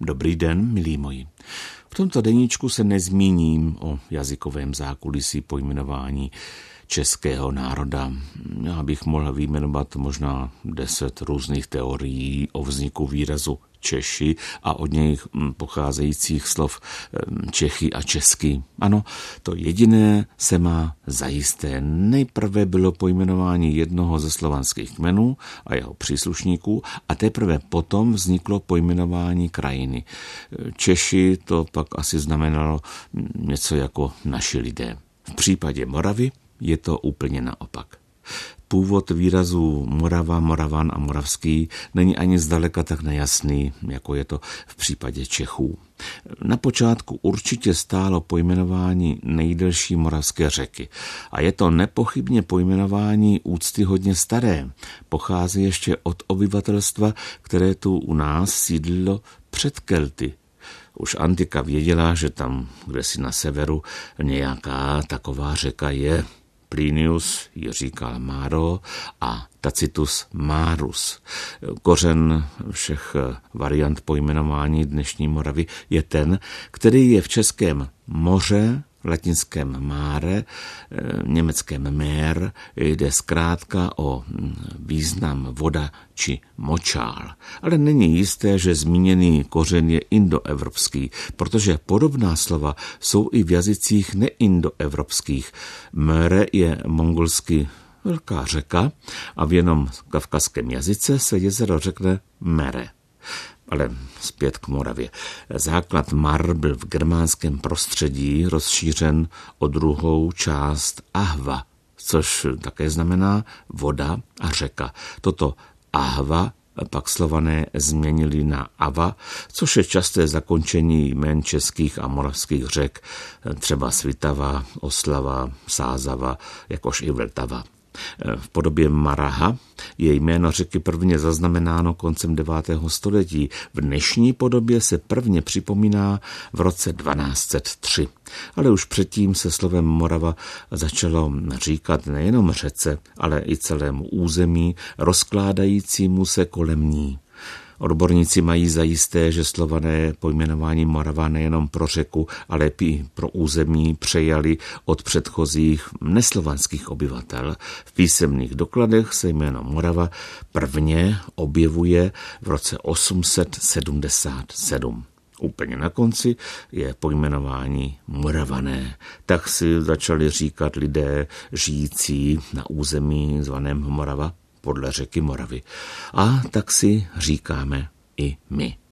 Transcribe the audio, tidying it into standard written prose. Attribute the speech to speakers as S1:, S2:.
S1: Dobrý den, milí moji. V tomto deníčku se nezmíním o jazykovém zákulisí pojmenování českého národa. Já bych mohl vyjmenovat možná 10 různých teorií o vzniku výrazu Češi a od něj pocházejících slov Čechy a česky. Ano, to jediné se má zajisté. Nejprve bylo pojmenování jednoho ze slovanských kmenů a jeho příslušníků a teprve potom vzniklo pojmenování krajiny. Češi to pak asi znamenalo něco jako naši lidé. V případě Moravy je to úplně naopak. Původ výrazů Morava, Moravan a Moravský není ani zdaleka tak nejasný, jako je to v případě Čechů. Na počátku určitě stálo pojmenování nejdelší moravské řeky a je to nepochybně pojmenování úctyhodně staré. Pochází ještě od obyvatelstva, které tu u nás sídlilo před Kelty. Už antika věděla, že tam, kde si na severu, nějaká taková řeka je. Plinius ji říkal Máro a Tacitus Márus. Kořen všech variant pojmenování dnešní Moravy je ten, který je v českém moře, latinském mare, německém mer, jde zkrátka o význam voda či močál. Ale není jisté, že zmíněný kořen je indoevropský, protože podobná slova jsou i v jazycích neindoevropských. Mere je mongolsky velká řeka a v jenom kavkazském jazyce se jezero řekne mere. Ale zpět k Moravě. Základ Mar byl v germánském prostředí rozšířen o druhou část Ahva, což také znamená voda a řeka. Toto Ahva pak Slované změnili na Ava, což je časté zakončení jmén českých a moravských řek, třeba Svitava, Oslava, Sázava, jakož i Vltava. V podobě Maraha je jméno řeky prvně zaznamenáno koncem 9. století. V dnešní podobě se prvně připomíná v roce 1203. Ale už předtím se slovem Morava začalo říkat nejenom řece, ale i celému území, rozkládajícímu se kolem ní. Odborníci mají zajisté, že Slované pojmenování Morava nejenom pro řeku, ale i pro území přejali od předchozích neslovanských obyvatel. V písemných dokladech se jméno Morava prvně objevuje v roce 877. Úplně na konci je pojmenování Moravané. Tak si začali říkat lidé žijící na území zvaném Morava podle řeky Moravy. A tak si říkáme i my.